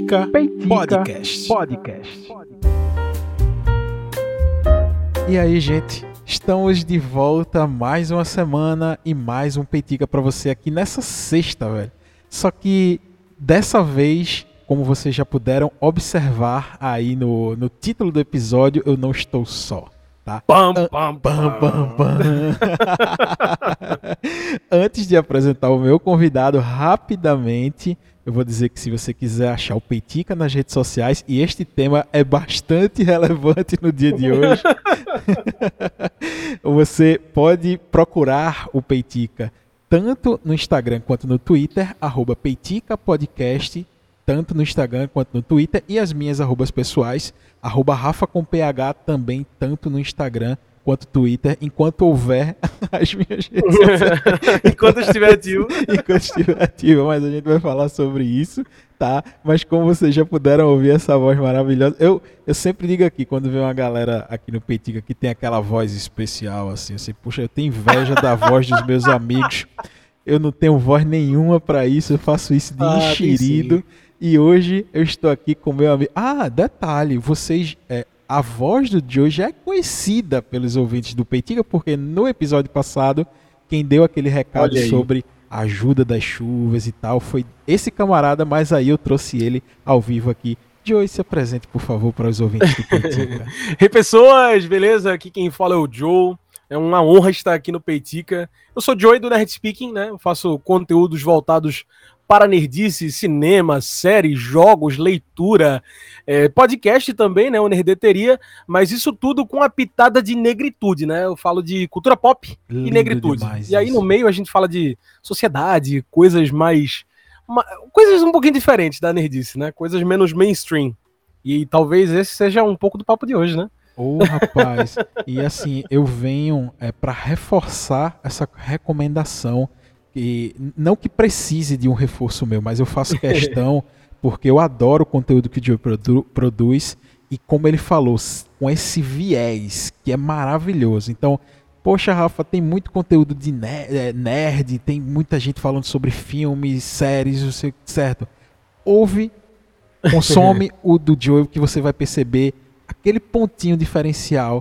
Peitica Podcast. E aí, gente, estamos de volta mais uma semana e mais um Peitica pra você aqui nessa sexta, velho. Só que dessa vez, como vocês já puderam observar aí no título do episódio, eu não estou só. Tá? Antes de apresentar o meu convidado, rapidamente, eu vou dizer que se você quiser achar o Peitica nas redes sociais, e este tema é bastante relevante no dia de hoje, você pode procurar o Peitica tanto no Instagram quanto no Twitter, @PeiticaPodcast, tanto no Instagram quanto no Twitter, e as minhas arrobas pessoais, @Rafa com PH, também tanto no Instagram quanto no Twitter, enquanto houver as minhas redes sociais. Enquanto estiver ativo. Enquanto estiver ativo, mas a gente vai falar sobre isso, tá? Mas como vocês já puderam ouvir essa voz maravilhosa, eu sempre digo aqui, quando vem uma galera aqui no Peitica que tem aquela voz especial, assim, eu sempre, puxa, eu tenho inveja da voz dos meus amigos, eu não tenho voz nenhuma pra isso, eu faço isso de enxerido. E hoje eu estou aqui com meu amigo. Ah, detalhe, vocês. A voz do Joe já é conhecida pelos ouvintes do Peitica, porque no episódio passado, quem deu aquele recado sobre a ajuda das chuvas e tal foi esse camarada, mas aí eu trouxe ele ao vivo aqui. Joe, se apresente, por favor, para os ouvintes do Peitica. Ei, pessoas, beleza? Aqui quem fala é o Joe. É uma honra estar aqui no Peitica. Eu sou o Joey do Nerd Speaking, né? Eu faço conteúdos voltados para nerdice, cinema, séries, jogos, leitura, podcast também, né, o Nerdeteria, mas isso tudo com a pitada de negritude, né, eu falo de cultura pop e negritude, e aí no meio a gente fala de sociedade, coisas coisas um pouquinho diferentes da nerdice, né, coisas menos mainstream, e talvez esse seja um pouco do papo de hoje, né. Ô, rapaz, e assim, eu venho para reforçar essa recomendação. E não que precise de um reforço meu, mas eu faço questão porque eu adoro o conteúdo que o Joe produz e como ele falou, com esse viés que é maravilhoso. Então, poxa, Rafa, tem muito conteúdo de nerd, tem muita gente falando sobre filmes, séries, não sei, certo? Ouve, consome o do Joe que você vai perceber aquele pontinho diferencial,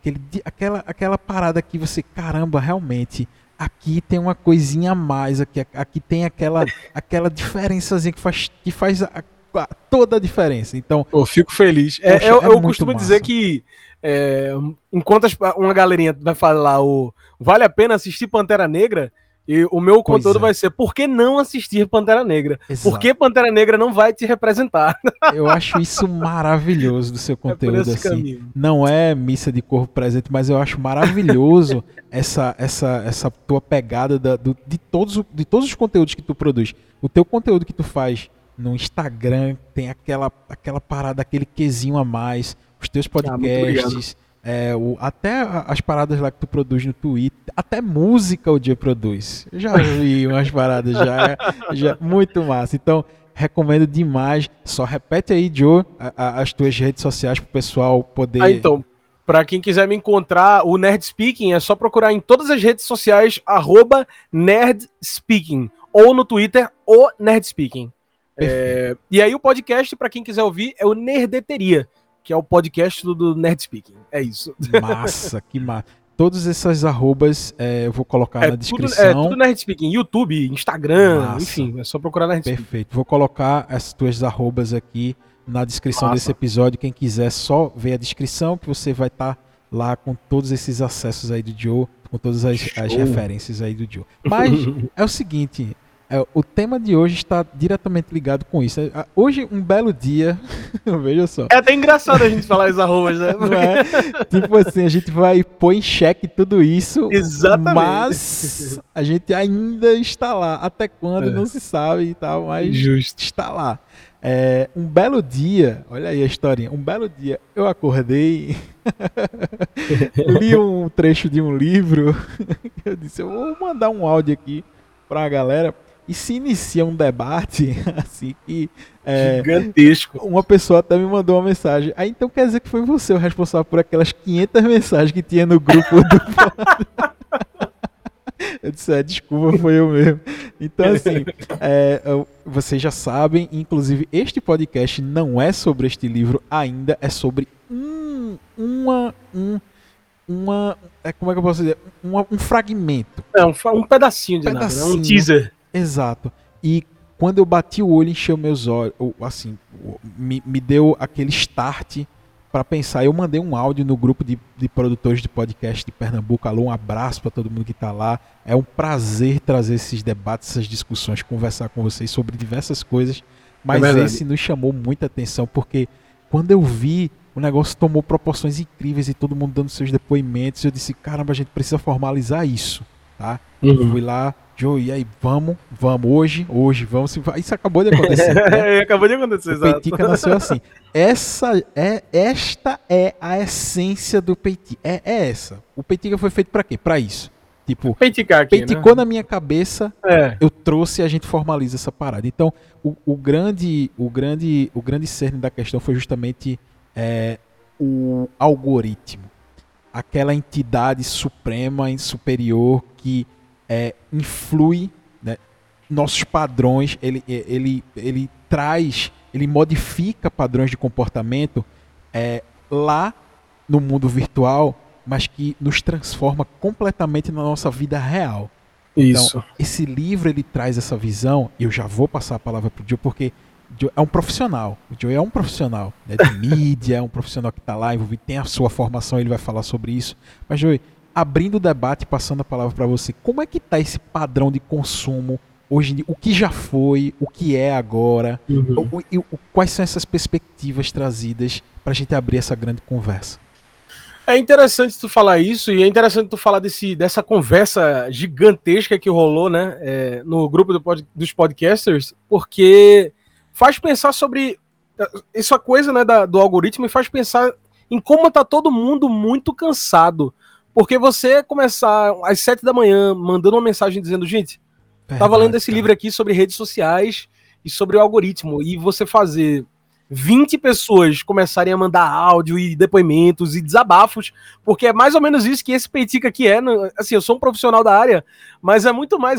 aquela parada que você, caramba, realmente... Aqui tem uma coisinha a mais, aqui tem aquela diferençazinha que faz toda a diferença. Então, eu fico feliz. Eu costumo dizer que enquanto uma galerinha vai falar vale a pena assistir Pantera Negra, e o meu conteúdo vai ser por que não assistir Pantera Negra? Exato. Por que Pantera Negra não vai te representar? Eu acho isso maravilhoso do seu conteúdo, assim. Caminho. Não é missa de corpo presente, mas eu acho maravilhoso essa tua pegada de todos os conteúdos que tu produz. O teu conteúdo que tu faz no Instagram tem aquela parada, aquele quesinho a mais. Os teus podcasts... até as paradas lá que tu produz no Twitter, até música o dia produz. Eu já vi umas paradas já muito massa. Então, recomendo demais. Só repete aí, Joe, as tuas redes sociais pro pessoal poder... Então, pra quem quiser me encontrar, o Nerd Speaking é só procurar em todas as redes sociais, @NerdSpeaking, ou no Twitter, o Nerd Speaking. E aí o podcast, pra quem quiser ouvir, é o Nerdeteria, que é o podcast do Nerd Speaking. É isso. Massa, que massa. Todas essas arrobas eu vou colocar na descrição. Tudo Nerd Speaking. YouTube, Instagram, enfim, é só procurar Nerd Speaking. Perfeito. Vou colocar as tuas arrobas aqui na descrição desse episódio. Quem quiser só ver a descrição, que você vai estar lá com todos esses acessos aí do Joe, com todas as referências aí do Joe. Mas é o seguinte... o tema de hoje está diretamente ligado com isso. Hoje, um belo dia, veja só. É até engraçado a gente falar as arrobas, né? Não é? Tipo assim, a gente vai pôr em xeque tudo isso. Exatamente. Mas a gente ainda está lá. Até quando não se sabe e tal, mas está lá. Um belo dia, olha aí a historinha. Um belo dia, eu acordei, li um trecho de um livro. Eu disse, eu vou mandar um áudio aqui para a galera. E se inicia um debate assim que gigantesco. Uma pessoa até me mandou uma mensagem. Aí então quer dizer que foi você o responsável por aquelas 500 mensagens que tinha no grupo do Eu disse, desculpa, foi eu mesmo. Então, assim, vocês já sabem, inclusive, este podcast não é sobre este livro ainda, é sobre como é que eu posso dizer? Um fragmento. Um pedacinho de nada, né? Um teaser. Exato. E quando eu bati o olho, encheu meus olhos, assim, me deu aquele start para pensar. Eu mandei um áudio no grupo de produtores de podcast de Pernambuco. Alô, um abraço para todo mundo que está lá. É um prazer trazer esses debates, essas discussões, conversar com vocês sobre diversas coisas. Mas esse nos chamou muita atenção, porque quando eu vi, o negócio tomou proporções incríveis e todo mundo dando seus depoimentos. Eu disse, caramba, a gente precisa formalizar isso, tá? Fui lá, Joe, e aí, vamos, hoje, vamos. Isso acabou de acontecer. Né? Acabou de acontecer, exato. O Peitica nasceu assim. Esta é a essência do Peitica. É essa. O Peitica foi feito pra quê? Pra isso. Tipo, peiticou, né? Na minha cabeça, eu trouxe e a gente formaliza essa parada. Então, o grande cerne da questão foi justamente o algoritmo. Aquela entidade suprema e superior que influi, né, nossos padrões, ele traz, ele modifica padrões de comportamento lá no mundo virtual, mas que nos transforma completamente na nossa vida real. Isso. Então, esse livro ele traz essa visão, e eu já vou passar a palavra para o Joe, porque Joe é um profissional. O Joe é um profissional, né, de mídia, é um profissional que está lá envolvido, tem a sua formação, ele vai falar sobre isso. Mas, Joe, abrindo o debate, passando a palavra para você, como é que está esse padrão de consumo hoje em dia? O que já foi, o que é agora, quais são essas perspectivas trazidas para a gente abrir essa grande conversa? É interessante tu falar isso, e é interessante tu falar dessa conversa gigantesca que rolou, né, no grupo dos podcasters, porque faz pensar sobre essa coisa, né, do algoritmo, e faz pensar em como tá todo mundo muito cansado. Porque você começar às 7 da manhã mandando uma mensagem dizendo, gente, tava lendo esse livro aqui sobre redes sociais e sobre o algoritmo, e você fazer 20 pessoas começarem a mandar áudio e depoimentos e desabafos, porque é mais ou menos isso que esse Peitica aqui é. Assim, eu sou um profissional da área, mas é muito mais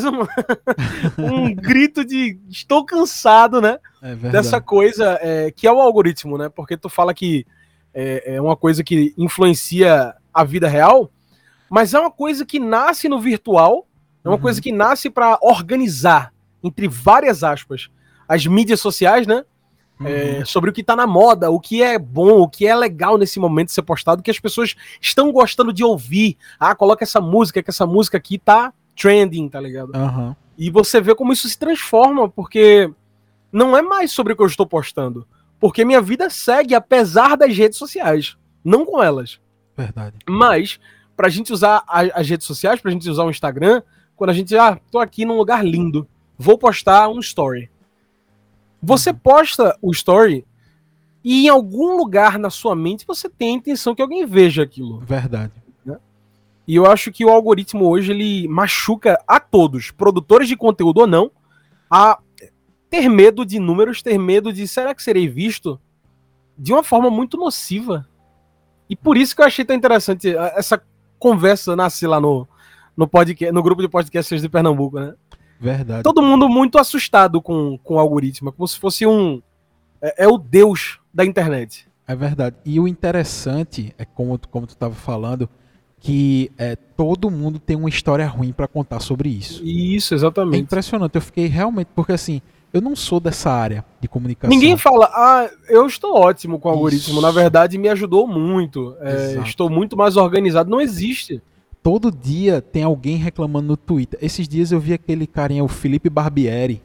um grito de estou cansado, né? Dessa coisa que é o algoritmo, né? Porque tu fala que é uma coisa que influencia a vida real, mas é uma coisa que nasce no virtual, é uma coisa que nasce para organizar, entre várias aspas, as mídias sociais, né? Sobre o que tá na moda, o que é bom, o que é legal nesse momento de ser postado, o que as pessoas estão gostando de ouvir. Coloca essa música, que essa música aqui tá trending, tá ligado? E você vê como isso se transforma, porque não é mais sobre o que eu estou postando, porque minha vida segue apesar das redes sociais, não com elas. Verdade. Mas, pra gente usar as redes sociais, pra gente usar o Instagram, quando a gente, tô aqui num lugar lindo, vou postar um story. Você posta o story e em algum lugar na sua mente você tem a intenção que alguém veja aquilo. Verdade. Né? E eu acho que o algoritmo hoje ele machuca a todos, produtores de conteúdo ou não, a ter medo de números, ter medo de será que serei visto de uma forma muito nociva. E por isso que eu achei tão interessante essa conversa nascer lá no grupo de podcasters de Pernambuco, né? Verdade. Todo mundo muito assustado com o algoritmo, como se fosse o deus da internet. É verdade. E o interessante é como tu estava falando, que todo mundo tem uma história ruim para contar sobre isso. Isso, exatamente. É impressionante. Eu fiquei realmente, porque assim, eu não sou dessa área de comunicação. Ninguém fala, eu estou ótimo com o algoritmo. Isso. Na verdade, me ajudou muito. Estou muito mais organizado. Não existe. Todo dia tem alguém reclamando no Twitter. Esses dias eu vi aquele carinha, o Felipe Barbieri.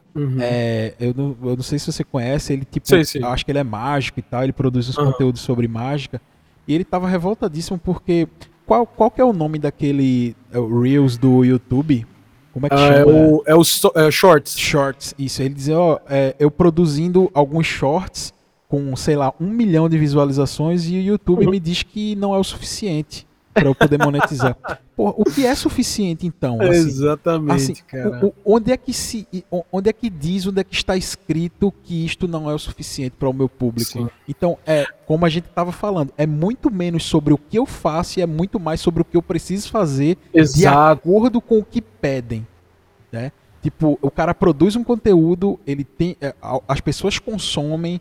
Eu não sei se você conhece, ele tipo, sei. Acho que ele é mágico e tal, ele produz uns conteúdos sobre mágica. E ele tava revoltadíssimo porque qual que é o nome daquele Reels do YouTube? Como é que chama? É o Shorts. Shorts, isso. Ele dizia, eu produzindo alguns shorts com, sei lá, 1 milhão de visualizações e o YouTube me diz que não é o suficiente. para eu poder monetizar. Pô, o que é suficiente então? Assim, exatamente, cara. Onde é que diz, onde é que está escrito que isto não é o suficiente para o meu público? Sim. Então, como a gente estava falando, é muito menos sobre o que eu faço e é muito mais sobre o que eu preciso fazer de acordo com o que pedem, né? Tipo, o cara produz um conteúdo, ele tem, as pessoas consomem,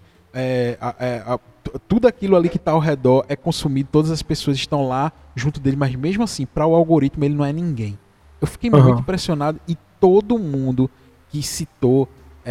tudo aquilo ali que está ao redor é consumido, todas as pessoas estão lá junto dele, mas mesmo assim, para o algoritmo ele não é ninguém. Eu fiquei muito impressionado e todo mundo que citou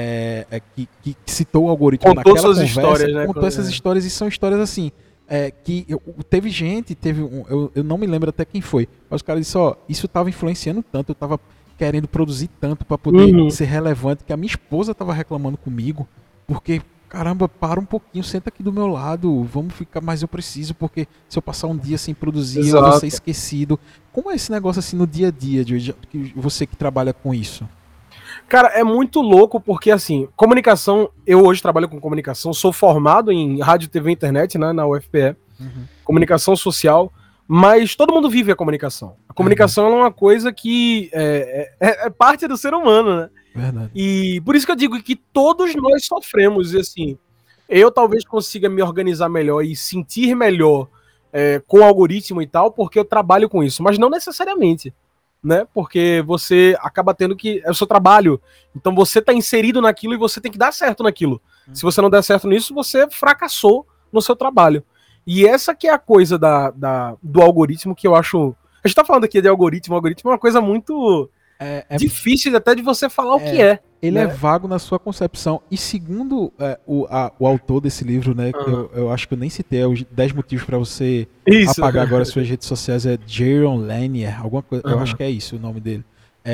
que citou o algoritmo naquela conversa, histórias, né? Contou essas histórias, e são histórias assim, teve gente, eu não me lembro até quem foi, mas o cara disse, isso estava influenciando tanto, eu estava querendo produzir tanto para poder ser relevante, que a minha esposa estava reclamando comigo, porque, caramba, para um pouquinho, senta aqui do meu lado, vamos ficar, mas eu preciso, porque se eu passar um dia sem produzir, eu vou ser esquecido. Como é esse negócio assim no dia a dia, você que trabalha com isso? Cara, é muito louco, porque assim, comunicação, eu hoje trabalho com comunicação, sou formado em rádio, TV e internet, né, na UFPE, comunicação social, mas todo mundo vive a comunicação. A comunicação é uma coisa que é parte do ser humano, né? Verdade. E por isso que eu digo que todos nós sofremos, e assim, eu talvez consiga me organizar melhor e sentir melhor com o algoritmo e tal, porque eu trabalho com isso, mas não necessariamente, né? Porque você acaba tendo que... É o seu trabalho, então você tá inserido naquilo e você tem que dar certo naquilo. Se você não der certo nisso, você fracassou no seu trabalho. E essa que é a coisa do algoritmo que eu acho... A gente tá falando aqui de algoritmo é uma coisa muito difícil até de você falar o que é. Ele é vago na sua concepção. E segundo o autor desse livro, né, que eu acho que eu nem citei, os 10 motivos para você apagar agora suas redes sociais, é Jaron Lanier, alguma coisa, eu acho que é isso o nome dele.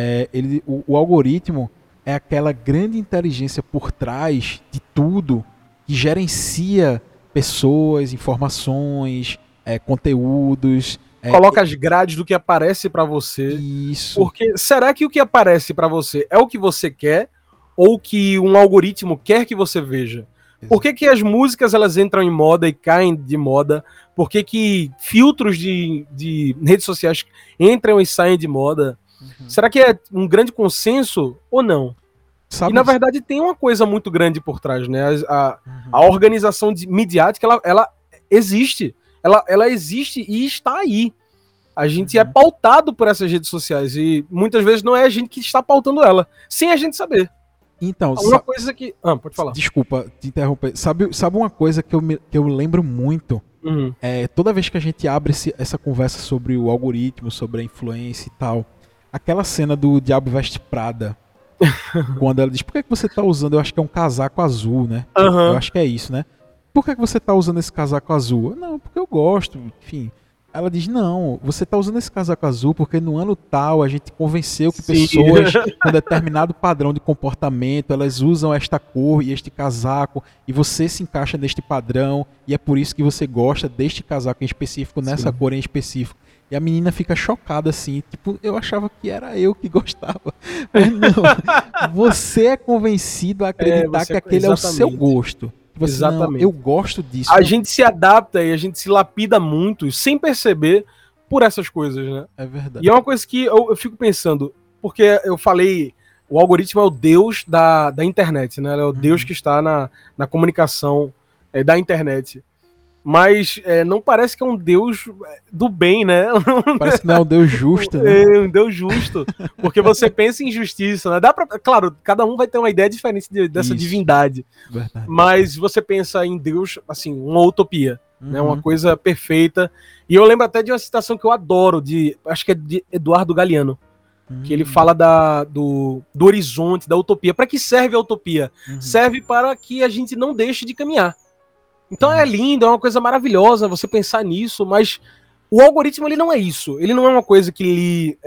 O algoritmo é aquela grande inteligência por trás de tudo que gerencia pessoas, informações, conteúdos. Coloca as grades do que aparece pra você. Isso. Porque será que o que aparece pra você é o que você quer ou que um algoritmo quer que você veja? Exato. Por que as músicas elas entram em moda e caem de moda? Por que filtros de redes sociais entram e saem de moda? Será que é um grande consenso ou não? E na verdade tem uma coisa muito grande por trás, né? A organização midiática, ela existe. Ela existe e está aí. A gente é pautado por essas redes sociais e muitas vezes não é a gente que está pautando ela, sem a gente saber. Então, uma coisa que... pode falar. Desculpa te interromper. Sabe uma coisa que eu lembro muito? Toda vez que a gente abre essa conversa sobre o algoritmo, sobre a influência e tal, aquela cena do Diabo Veste Prada, quando ela diz, por que você tá usando, eu acho que é um casaco azul, né? Eu acho que é isso, né? Por que você tá usando esse casaco azul? Não, porque eu gosto, enfim. Ela diz, não, você tá usando esse casaco azul porque no ano tal a gente convenceu que pessoas com determinado padrão de comportamento, elas usam esta cor e este casaco, e você se encaixa neste padrão, e é por isso que você gosta deste casaco em específico, nessa cor em específico. E a menina fica chocada assim, tipo, eu achava que era eu que gostava. Mas não, você é convencido a acreditar que aquele é o seu gosto. Exatamente. Não, eu gosto disso. A gente se adapta e a gente se lapida muito, sem perceber, por essas coisas, né? É verdade. E é uma coisa que eu fico pensando, porque eu falei, o algoritmo é o Deus da internet, né? É o Deus que está na comunicação da internet. Mas não parece que é um Deus do bem, né? Parece que não é um Deus justo, né? É um Deus justo. Porque você pensa em justiça, né? Claro, cada um vai ter uma ideia diferente dessa divindade. Verdade. Mas você pensa em Deus, assim, uma utopia, né? Uma coisa perfeita. E eu lembro até de uma citação que eu adoro, acho que é de Eduardo Galeano, que ele fala do horizonte, da utopia. Para que serve a utopia? Serve para que a gente não deixe de caminhar. Então é lindo, é uma coisa maravilhosa você pensar nisso, mas o algoritmo ele não é isso. Ele não é uma coisa que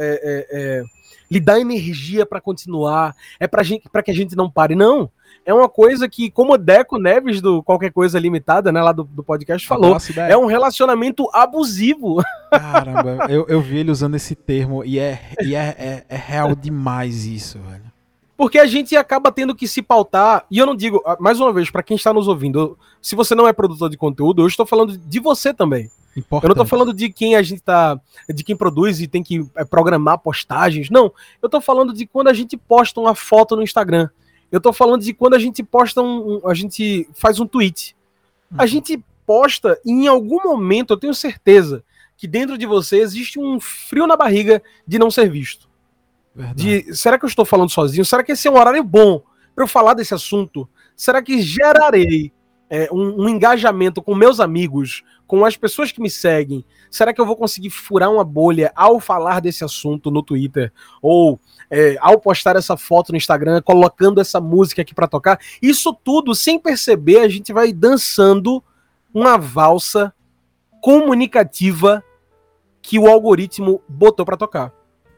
lhe dá energia para continuar, para que a gente não pare. Não. É uma coisa que, como o Deco Neves do Qualquer Coisa Limitada, né, lá do podcast, falou, é um relacionamento abusivo. Caramba, eu vi ele usando esse termo e é real demais isso, velho. Porque a gente acaba tendo que se pautar, e eu não digo, mais uma vez, para quem está nos ouvindo, se você não é produtor de conteúdo, eu estou falando de você também. Eu não tô falando de quem a gente tá, de quem produz e tem que programar postagens. Não, eu tô falando de quando a gente posta uma foto no Instagram. Eu tô falando de quando a gente posta a gente faz um tweet. A gente posta e em algum momento eu tenho certeza que dentro de você existe um frio na barriga de não ser visto. Será que eu estou falando sozinho? Será que esse é um horário bom para eu falar desse assunto? Será que gerarei um engajamento com meus amigos, com as pessoas que me seguem? Será que eu vou conseguir furar uma bolha ao falar desse assunto no Twitter? Ou ao postar essa foto no Instagram, colocando essa música aqui para tocar? Isso tudo, sem perceber, a gente vai dançando uma valsa comunicativa que o algoritmo botou para tocar.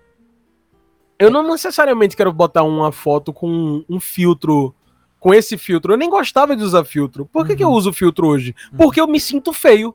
Eu não necessariamente quero botar uma foto com um filtro, com esse filtro. Eu nem gostava de usar filtro. Por que eu uso filtro hoje? Porque eu me sinto feio.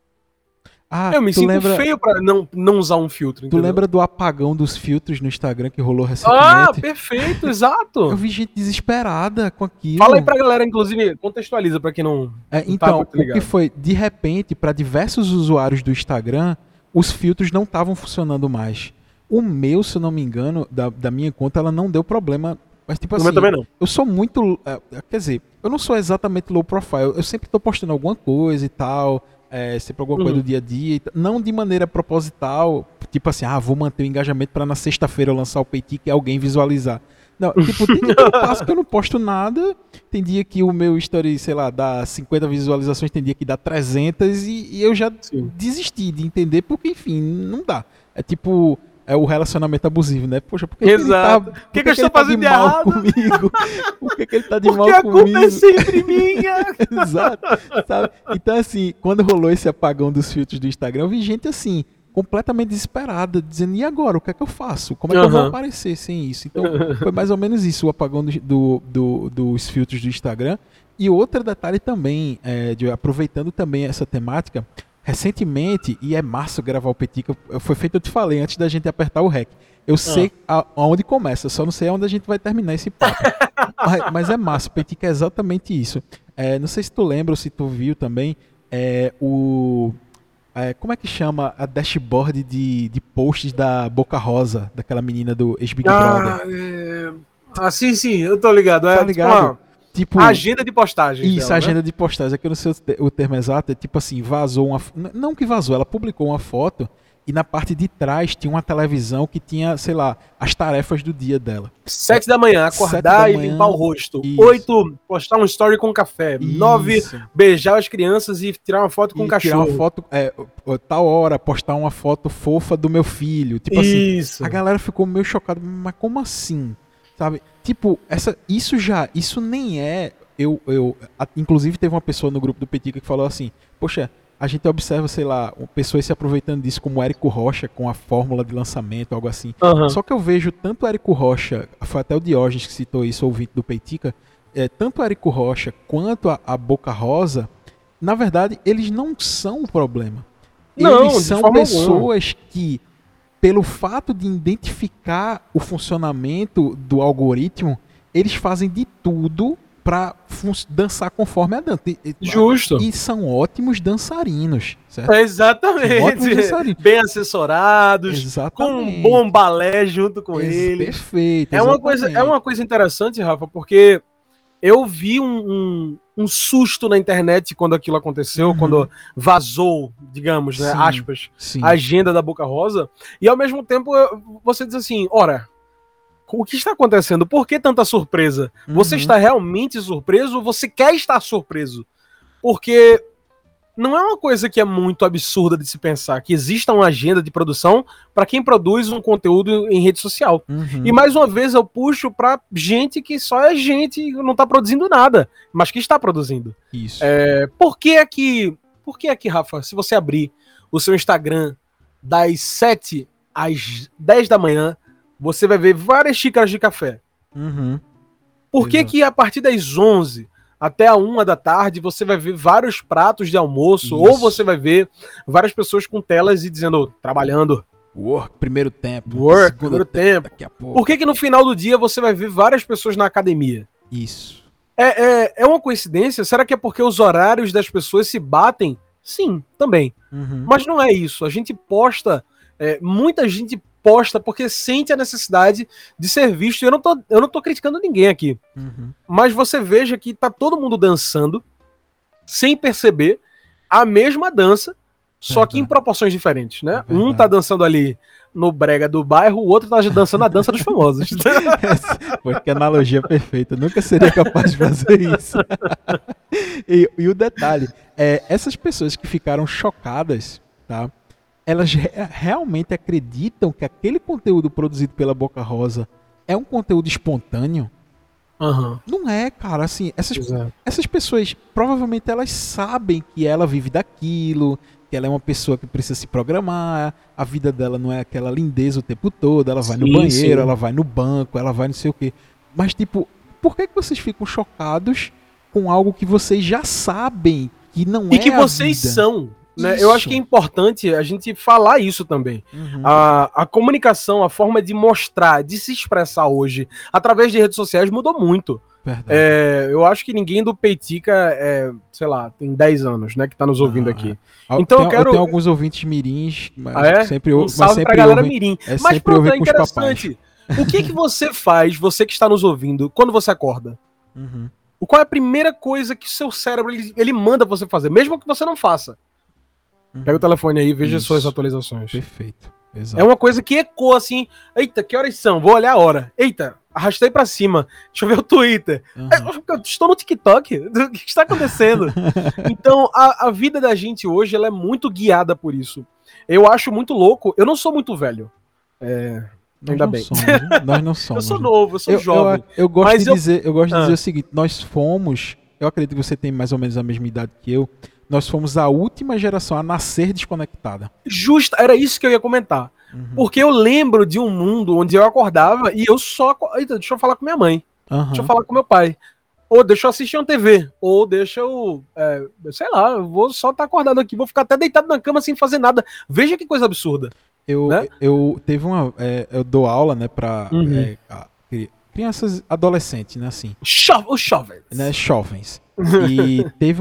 Eu me sinto feio pra não usar um filtro. Tu lembra do apagão dos filtros no Instagram que rolou recentemente? Perfeito, exato. Eu vi gente desesperada com aquilo. Fala aí pra galera, inclusive, contextualiza pra quem não então, o que foi? De repente, para diversos usuários do Instagram, os filtros não estavam funcionando mais. O meu, se eu não me engano, da minha conta, ela não deu problema. Mas tipo assim, também não. Eu sou muito... quer dizer, eu não sou exatamente low profile. Eu sempre tô postando alguma coisa e tal, sempre alguma coisa do dia a dia. Não de maneira proposital, tipo assim, vou manter o engajamento para na sexta-feira eu lançar o Peitica e alguém visualizar. Não, tipo, tem dia que eu passo que eu não posto nada, tem dia que o meu story, sei lá, dá 50 visualizações, tem dia que dá 300 e eu já desisti de entender, porque enfim, não dá. É tipo... É o relacionamento abusivo, né? Poxa, por que Exato. Por que eu estou fazendo de mal comigo? Por que ele tá de mal comigo? Porque a culpa é sempre minha. Exato. Sabe? Então, assim, quando rolou esse apagão dos filtros do Instagram, eu vi gente, assim, completamente desesperada, dizendo, e agora? O que é que eu faço? Como é que eu vou aparecer sem isso? Então, foi mais ou menos isso, o apagão dos filtros do Instagram. E outro detalhe também, aproveitando também essa temática, recentemente, e é massa gravar o Peitica, foi feito, eu te falei, antes da gente apertar o REC. Eu sei aonde começa, só não sei aonde a gente vai terminar esse papo. mas é massa, o Peitica é exatamente isso. Não sei se tu lembra ou se tu viu também, como é que chama a dashboard de posts da Boca Rosa, daquela menina do ex-Big Brother? Sim, eu tô ligado. Tá ligado? Tipo, agenda de postagens. Isso, dela, agenda de postagens. É que eu não sei o termo exato. É tipo assim, vazou uma... Não que vazou, ela publicou uma foto e na parte de trás tinha uma televisão que tinha, sei lá, as tarefas do dia dela. 7 da manhã, acordar e limpar o rosto. Isso. 8, postar um story com café. Isso. 9, beijar as crianças e tirar uma foto com o cachorro. Tirar uma foto, tal hora, postar uma foto fofa do meu filho. Tipo isso. Assim, a galera ficou meio chocada. Mas como assim? Sabe? Tipo, isso nem é... inclusive teve uma pessoa no grupo do Peitica que falou assim, poxa, a gente observa, sei lá, pessoas se aproveitando disso como o Érico Rocha com a fórmula de lançamento, algo assim. Só que eu vejo tanto o Érico Rocha, foi até o Diógenes que citou isso, ouvinte do Peitica, tanto o Érico Rocha quanto a Boca Rosa, na verdade, eles não são o problema. Eles são pessoas que, pelo fato de identificar o funcionamento do algoritmo, eles fazem de tudo para dançar conforme a dança. Justo. E são ótimos dançarinos, certo? Exatamente. Ótimos dançarinos. Bem assessorados, exatamente. Com um bom balé junto com eles. Perfeito. É uma coisa interessante, Rafa, porque eu vi um susto na internet quando aquilo aconteceu, quando vazou, digamos, né, aspas, a agenda da Boca Rosa, e ao mesmo tempo você diz assim, ora, o que está acontecendo? Por que tanta surpresa? Você está realmente surpreso ou você quer estar surpreso? Porque não é uma coisa que é muito absurda de se pensar, que exista uma agenda de produção para quem produz um conteúdo em rede social. E mais uma vez eu puxo para gente que só é gente, não está produzindo nada, mas que está produzindo. Isso. Por que aqui, Rafa, se você abrir o seu Instagram das 7 às 10 da manhã, você vai ver várias xícaras de café. Por que a partir das 11 até a 1 da tarde você vai ver vários pratos de almoço? Isso. Ou você vai ver várias pessoas com telas e dizendo, trabalhando. Work, primeiro tempo. Primeiro tempo. Daqui a pouco. Por que no final do dia você vai ver várias pessoas na academia? Isso. É uma coincidência? Será que é porque os horários das pessoas se batem Sim, também. Mas não é isso. A gente posta, muita gente posta porque sente a necessidade de ser visto. E eu não tô criticando ninguém aqui. Mas você veja que tá todo mundo dançando, sem perceber, a mesma dança, só que em proporções diferentes, né? Um tá dançando ali no brega do bairro, o outro tá dançando a dança dos famosos. Pô, que analogia perfeita. Eu nunca seria capaz de fazer isso. E o detalhe, essas pessoas que ficaram chocadas, tá? Elas realmente acreditam que aquele conteúdo produzido pela Boca Rosa é um conteúdo espontâneo? Não é, cara, assim, essas pessoas, provavelmente elas sabem que ela vive daquilo, que ela é uma pessoa que precisa se programar, a vida dela não é aquela lindeza o tempo todo, ela vai no banheiro, ela vai no banco, ela vai não sei o quê. Mas, tipo, por que vocês ficam chocados com algo que vocês já sabem que não é e que a vocês vida? são? Né? Eu acho que é importante a gente falar isso também. A comunicação, a forma de mostrar, de se expressar hoje, através de redes sociais, mudou muito. Eu acho que ninguém do Peitica, sei lá, tem 10 anos, né, que tá nos ouvindo aqui. Então eu quero... Eu tenho alguns ouvintes mirins, mas sempre um salve pra galera mirim. Mas pronto, é interessante. O que você faz, você que está nos ouvindo, quando você acorda? Qual é a primeira coisa que o seu cérebro ele manda você fazer, mesmo que você não faça? Pega o telefone aí e veja suas atualizações. Perfeito. Exato. É uma coisa que ecoa assim. Eita, que horas são? Vou olhar a hora. Eita, arrastei pra cima. Deixa eu ver o Twitter. Eu estou no TikTok. O que está acontecendo? Então, a vida da gente hoje ela é muito guiada por isso. Eu acho muito louco. Eu não sou muito velho. Ainda bem. Nós não somos. Eu sou novo, eu sou jovem. Eu gosto de dizer o seguinte. Nós fomos... Eu acredito que você tem mais ou menos a mesma idade que eu. Nós fomos a última geração a nascer desconectada. Justo, era isso que eu ia comentar. Porque eu lembro de um mundo onde eu acordava e eu só... Eita, deixa eu falar com minha mãe. Deixa eu falar com meu pai. Ou deixa eu assistir uma TV. Ou deixa eu... sei lá, eu vou só estar acordado aqui. Vou ficar até deitado na cama sem fazer nada. Veja que coisa absurda. Eu dou aula, né, pra crianças, adolescentes, né, assim. Os jovens. Né, jovens. E teve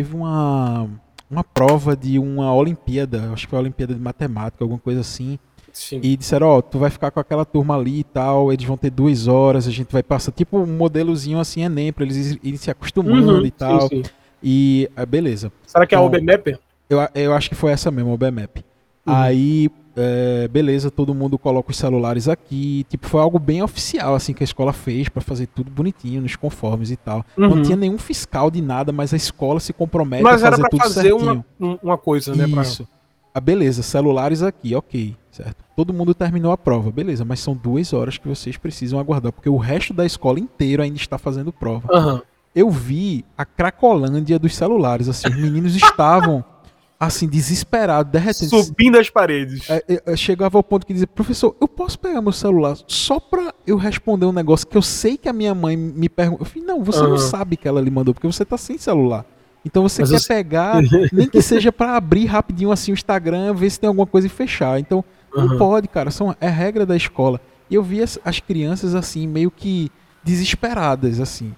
uma prova de uma Olimpíada, acho que foi a Olimpíada de Matemática, alguma coisa assim. Sim. E disseram, tu vai ficar com aquela turma ali e tal, eles vão ter 2 horas, a gente vai passar, tipo um modelozinho assim, Enem, pra eles irem se acostumando e tal. Sim. E, beleza. Será que é a OBMAP? Eu acho que foi essa mesmo, a OBMAP. Aí, beleza, todo mundo coloca os celulares aqui. Tipo, foi algo bem oficial, assim, que a escola fez pra fazer tudo bonitinho, nos conformes e tal. Não tinha nenhum fiscal de nada, mas a escola se compromete a fazer tudo certinho. Mas era pra fazer uma coisa, né? Isso. Beleza, celulares aqui, ok, certo. Todo mundo terminou a prova, beleza, mas são 2 horas que vocês precisam aguardar, porque o resto da escola inteira ainda está fazendo prova. Eu vi a Cracolândia dos celulares, assim, os meninos estavam... assim, desesperado, derretendo. Subindo as paredes. Chegava ao ponto que dizia, professor, eu posso pegar meu celular só pra eu responder um negócio que eu sei que a minha mãe me pergunta. Eu falei, não, você não sabe que ela lhe mandou, porque você tá sem celular. Então você quer pegar, nem que seja pra abrir rapidinho assim o Instagram, ver se tem alguma coisa e fechar. Então, não pode, cara, é regra da escola. E eu vi as crianças, assim, meio que desesperadas, assim.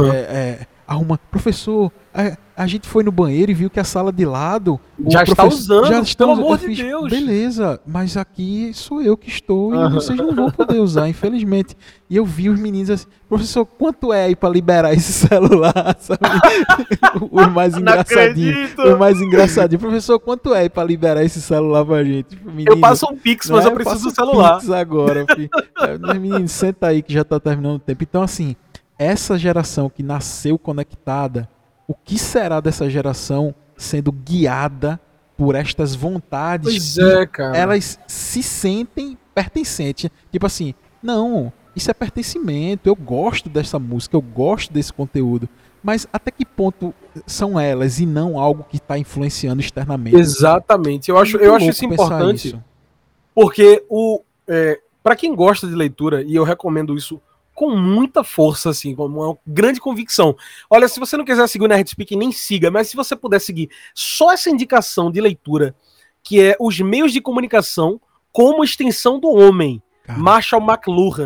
Professor, a gente foi no banheiro e viu que a sala de lado... Já está usando, pelo amor de Deus. Beleza, mas aqui sou eu que estou e vocês não vão poder usar, infelizmente. E eu vi os meninos assim, professor, quanto é aí pra liberar esse celular? Sabe? O mais engraçadinho. Professor, quanto é aí pra liberar esse celular pra gente? Menino, eu passo um Pix, mas eu preciso do celular. Pix agora, filho. Menino, senta aí que já tá terminando o tempo. Então, assim... essa geração que nasceu conectada, o que será dessa geração sendo guiada por estas vontades? Pois é, cara. Elas se sentem pertencentes. Tipo assim, não, isso é pertencimento, eu gosto dessa música, eu gosto desse conteúdo. Mas até que ponto são elas e não algo que está influenciando externamente? Exatamente. Eu acho isso importante. Porque para quem gosta de leitura, e eu recomendo isso com muita força, assim, com uma grande convicção. Olha, se você não quiser seguir o Nerd Speak, nem siga, mas se você puder seguir só essa indicação de leitura, que é os meios de comunicação como extensão do homem, Marshall McLuhan.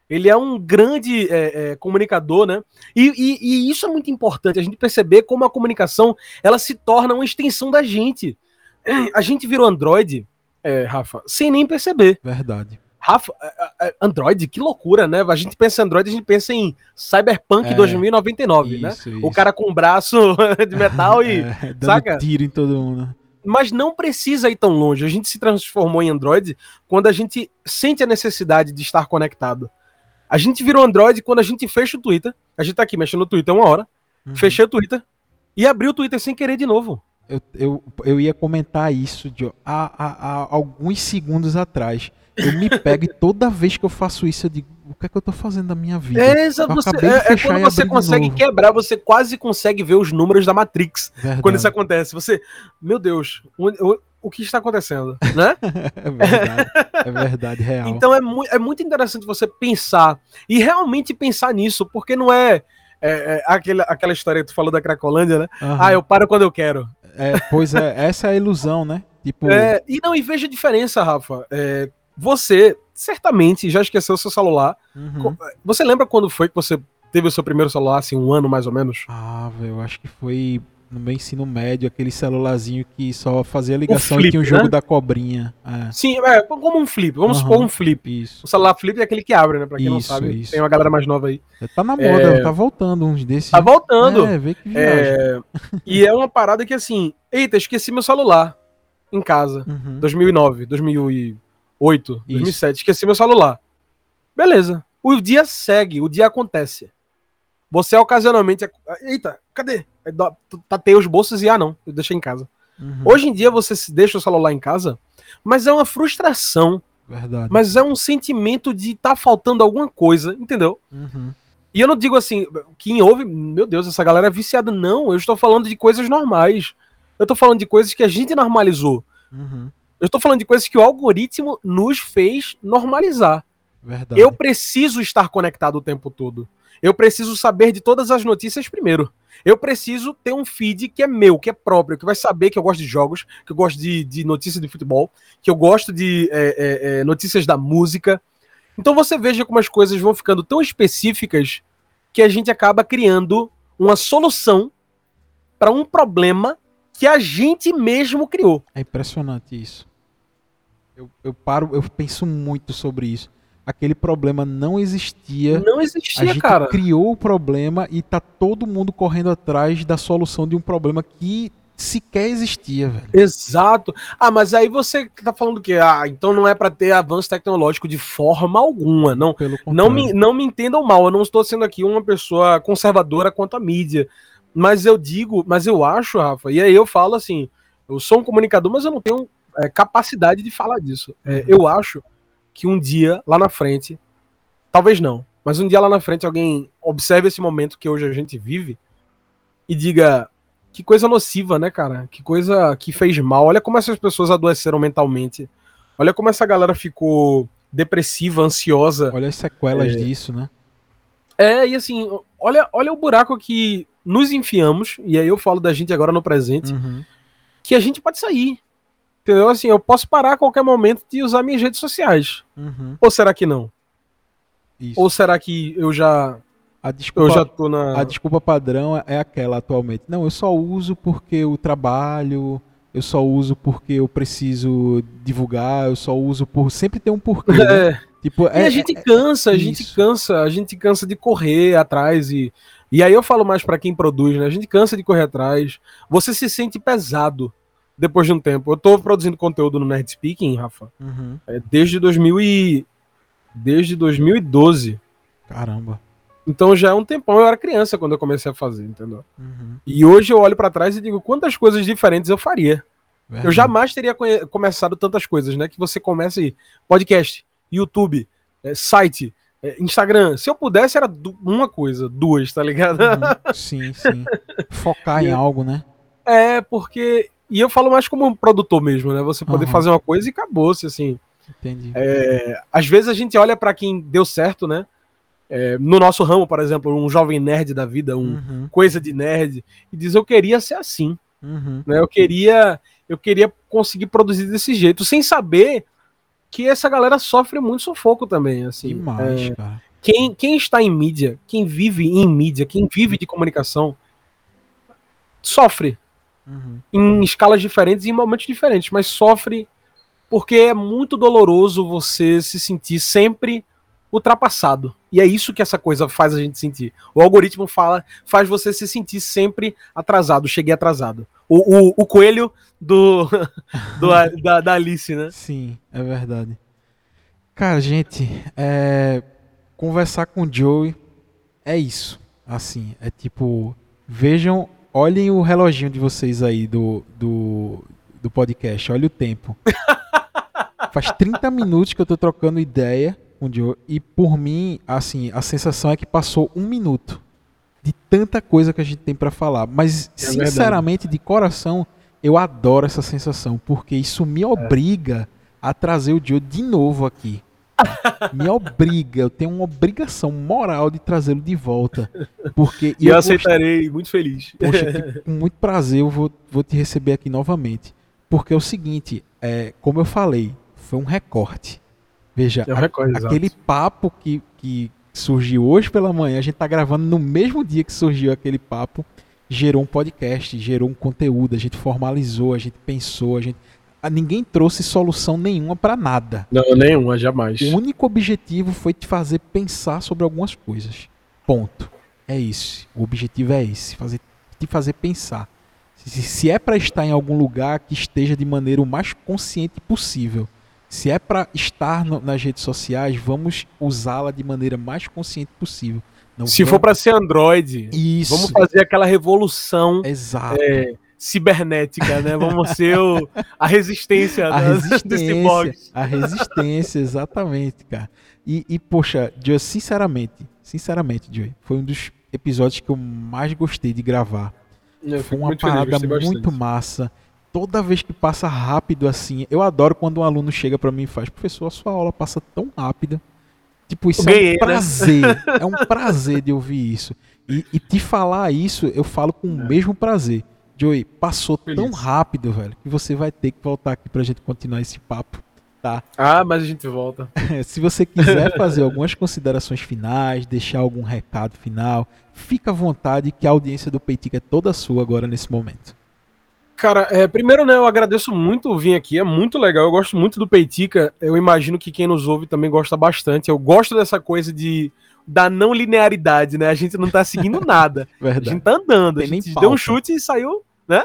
ele é um grande comunicador, né? E isso é muito importante, a gente perceber como a comunicação ela se torna uma extensão da gente. A gente virou Android, Rafa, sem nem perceber. Verdade. Rafa, Android, que loucura, né? A gente pensa em Android, a gente pensa em Cyberpunk 2099, né? Isso. O cara com um braço de metal e, dando saca? tiro em todo mundo. Mas não precisa ir tão longe. A gente se transformou em Android quando a gente sente a necessidade de estar conectado. A gente virou Android quando a gente fecha o Twitter. A gente tá aqui mexendo no Twitter uma hora, fechei o Twitter e abri o Twitter sem querer de novo. Eu ia comentar isso há alguns segundos atrás. Eu me pego e toda vez que eu faço isso, eu digo, o que é que eu tô fazendo da minha vida? Quando você consegue quebrar, você quase consegue ver os números da Matrix. Verdade. Quando isso acontece. Você, meu Deus, o que está acontecendo? Né? É verdade, real. Então é muito interessante você pensar, e realmente pensar nisso, porque não é aquela história que tu falou da Cracolândia, né? Uhum. Eu paro quando eu quero. Pois é, essa é a ilusão, né? Tipo... E veja a diferença, Rafa. Você certamente já esqueceu o seu celular. Uhum. Você lembra quando foi que você teve o seu primeiro celular, assim, um ano mais ou menos? Eu acho que foi no meu ensino médio, aquele celularzinho que só fazia ligação flip, e tinha um jogo, né? Da cobrinha. Sim, como um flip. Vamos supor um flip. Isso. O celular flip é aquele que abre, né? Pra quem não sabe, tem uma galera mais nova aí. Tá na moda, tá voltando uns desses. Tá voltando. Vê que viagem. E é uma parada que assim, eita, esqueci meu celular em casa. 2009, 2008, 2007, esqueci meu celular. Beleza. O dia segue, o dia acontece. Você ocasionalmente... Eita, cadê? Tatei os bolsos e não, eu deixei em casa. Hoje em dia você deixa o celular em casa, mas é uma frustração. Verdade. Mas é um sentimento de tá faltando alguma coisa, entendeu? E eu não digo assim, quem ouve, meu Deus, essa galera é viciada. Não, eu estou falando de coisas normais. Eu estou falando de coisas que a gente normalizou. Eu estou falando de coisas que o algoritmo nos fez normalizar. Verdade. Eu preciso estar conectado o tempo todo. Eu preciso saber de todas as notícias primeiro. Eu preciso ter um feed que é meu, que é próprio, que vai saber que eu gosto de jogos, que eu gosto de notícias de futebol, que eu gosto de notícias da música. Então você veja como as coisas vão ficando tão específicas que a gente acaba criando uma solução para um problema que a gente mesmo criou. É impressionante isso. Eu penso muito sobre isso. Aquele problema não existia. Não existia, a gente cara. Criou o problema e tá todo mundo correndo atrás da solução de um problema que sequer existia, velho. Exato. Mas aí você tá falando que então não é para ter avanço tecnológico de forma alguma. Não, não me entendam mal. Eu não estou sendo aqui uma pessoa conservadora quanto à mídia. Mas eu acho, Rafa, e aí eu falo assim, eu sou um comunicador, mas eu não tenho capacidade de falar disso. Eu acho que um dia, lá na frente, talvez não, mas um dia lá na frente alguém observe esse momento que hoje a gente vive e diga, que coisa nociva, né, cara? Que coisa que fez mal. Olha como essas pessoas adoeceram mentalmente. Olha como essa galera ficou depressiva, ansiosa. Olha as sequelas disso, né? E assim, olha o buraco que nos enfiamos, e aí eu falo da gente agora no presente, que a gente pode sair. Entendeu? Assim, eu posso parar a qualquer momento de usar minhas redes sociais. Ou será que não? Isso. Ou será que eu já tô na... A desculpa padrão é aquela atualmente. Não, eu só uso porque eu trabalho, eu só uso porque eu preciso divulgar, eu só uso por... Sempre tem um porquê, né? Tipo, e a gente cansa, a gente cansa de correr atrás e aí eu falo mais pra quem produz, né? A gente cansa de correr atrás. Você se sente pesado depois de um tempo. Eu tô produzindo conteúdo no Nerd Speaking, Rafa, desde 2012. Caramba. Então já é um tempão, eu era criança quando eu comecei a fazer, entendeu? E hoje eu olho pra trás e digo, quantas coisas diferentes eu faria. Verdade. Eu jamais teria começado tantas coisas, né? Que você começa aí, podcast, YouTube, site, Instagram. Se eu pudesse era uma coisa, duas, tá ligado? Sim. Focar em algo, né? Porque... E eu falo mais como um produtor mesmo, né? Você poder fazer uma coisa e acabou-se, assim. Entendi. Às vezes a gente olha pra quem deu certo, né? No nosso ramo, por exemplo, um jovem nerd da vida, coisa de nerd, e diz, eu queria ser assim. Né? Eu queria conseguir produzir desse jeito, sem saber que essa galera sofre muito sufoco também. Assim. Demais, cara. Quem está em mídia, quem vive em mídia, quem vive de comunicação, sofre em escalas diferentes e em momentos diferentes, mas sofre porque é muito doloroso você se sentir sempre ultrapassado. E é isso que essa coisa faz a gente sentir. O algoritmo faz você se sentir sempre atrasado, cheguei atrasado. O coelho da Alice, né? Sim, é verdade. Cara, gente, conversar com o Joey é isso. Assim, é tipo, vejam, olhem o reloginho de vocês aí do podcast, olha o tempo. Faz 30 minutos que eu tô trocando ideia com o Joey e por mim, assim, a sensação é que passou 1 minuto de tanta coisa que a gente tem pra falar. Mas, sinceramente, de coração, eu adoro essa sensação, porque isso me obriga a trazer o Joey de novo aqui. Me obriga, eu tenho uma obrigação moral de trazê-lo de volta. Porque eu aceitarei, muito feliz. Poxa, com muito prazer eu vou te receber aqui novamente. Porque é o seguinte, como eu falei, foi um recorte. Veja, aquele papo que surgiu hoje pela manhã, a gente tá gravando no mesmo dia que surgiu aquele papo, gerou um podcast, gerou um conteúdo, a gente formalizou, a gente pensou, ninguém trouxe solução nenhuma para nada. Não, nenhuma, jamais. O único objetivo foi te fazer pensar sobre algumas coisas. Ponto. É isso. O objetivo é esse, te fazer pensar. Se é para estar em algum lugar, que esteja de maneira o mais consciente possível. Se é para estar nas redes sociais, vamos usá-la de maneira mais consciente possível. Se for para ser Android, vamos fazer aquela revolução cibernética, né? Vamos ser a resistência, desse box. A resistência, exatamente, cara. E poxa, Joey, sinceramente, Joey, foi um dos episódios que eu mais gostei de gravar. Foi uma parada muito massa. Toda vez que passa rápido assim, eu adoro quando um aluno chega pra mim e faz: professor, a sua aula passa tão rápida. Tipo, isso é um prazer. Né? É um prazer de ouvir isso. E te falar isso, eu falo com o mesmo prazer. Joey, passou tão rápido, velho, que você vai ter que voltar aqui pra gente continuar esse papo, tá? Mas a gente volta. Se você quiser fazer algumas considerações finais, deixar algum recado final, fica à vontade, que a audiência do Peitica é toda sua agora nesse momento. Cara, primeiro, né, eu agradeço muito vir aqui, é muito legal, eu gosto muito do Peitica, eu imagino que quem nos ouve também gosta bastante, eu gosto dessa coisa da não linearidade, né, a gente não tá seguindo nada, Verdade. A gente tá andando, a gente deu um chute e saiu, né?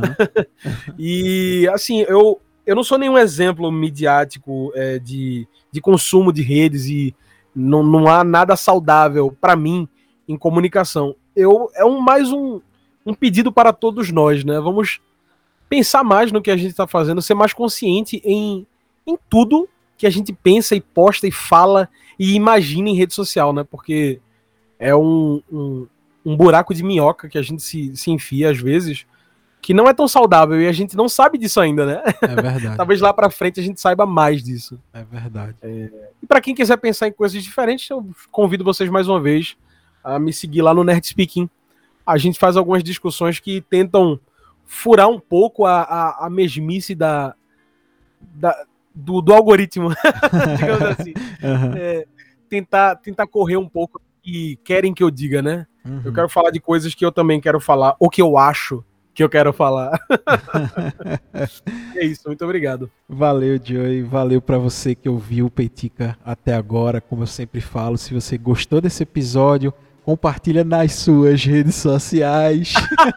E, assim, eu não sou nenhum exemplo midiático de consumo de redes e não há nada saudável para mim em comunicação. Mais um pedido para todos nós, né, vamos pensar mais no que a gente está fazendo, ser mais consciente em tudo que a gente pensa e posta e fala e imagina em rede social, né? Porque é um buraco de minhoca que a gente se enfia às vezes, que não é tão saudável e a gente não sabe disso ainda, né? É verdade. Talvez lá para frente a gente saiba mais disso. É verdade. E para quem quiser pensar em coisas diferentes, eu convido vocês mais uma vez a me seguir lá no Nerd Speaking. A gente faz algumas discussões que tentam furar um pouco a mesmice do algoritmo, digamos assim. Tentar correr um pouco do que querem que eu diga, né? Eu quero falar de coisas que eu também quero falar, ou que eu acho que eu quero falar. É isso, muito obrigado. Valeu, Joey. Valeu pra você que ouviu o Peitica até agora. Como eu sempre falo, se você gostou desse episódio, compartilha nas suas redes sociais.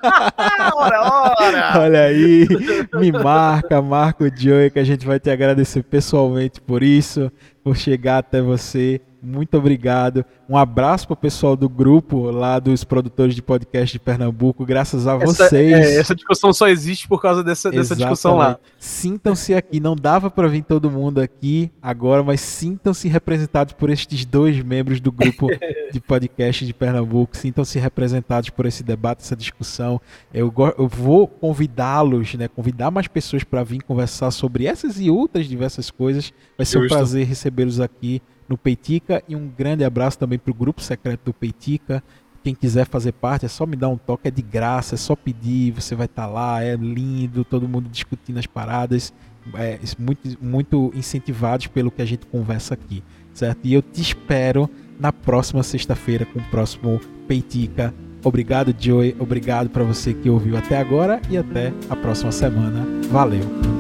Ora! Olha aí, marca o Joey, que a gente vai te agradecer pessoalmente por isso, por chegar até você. Muito obrigado. Um abraço para o pessoal do grupo lá dos produtores de podcast de Pernambuco. Graças a vocês. Essa discussão só existe por causa dessa discussão lá. Sintam-se aqui. Não dava para vir todo mundo aqui agora, mas sintam-se representados por estes 2 membros do grupo de podcast de Pernambuco. Sintam-se representados por esse debate, essa discussão. Eu vou convidá-los, né, convidar mais pessoas para vir conversar sobre essas e outras diversas coisas. Vai ser um prazer recebê-los aqui no Peitica, e um grande abraço também para o grupo secreto do Peitica. Quem quiser fazer parte, é só me dar um toque, é de graça, é só pedir, você vai estar lá, é lindo, todo mundo discutindo as paradas, muito, muito incentivados pelo que a gente conversa aqui, certo? E eu te espero na próxima sexta-feira com o próximo Peitica. Obrigado, Joey. Obrigado para você que ouviu até agora e até a próxima semana. Valeu!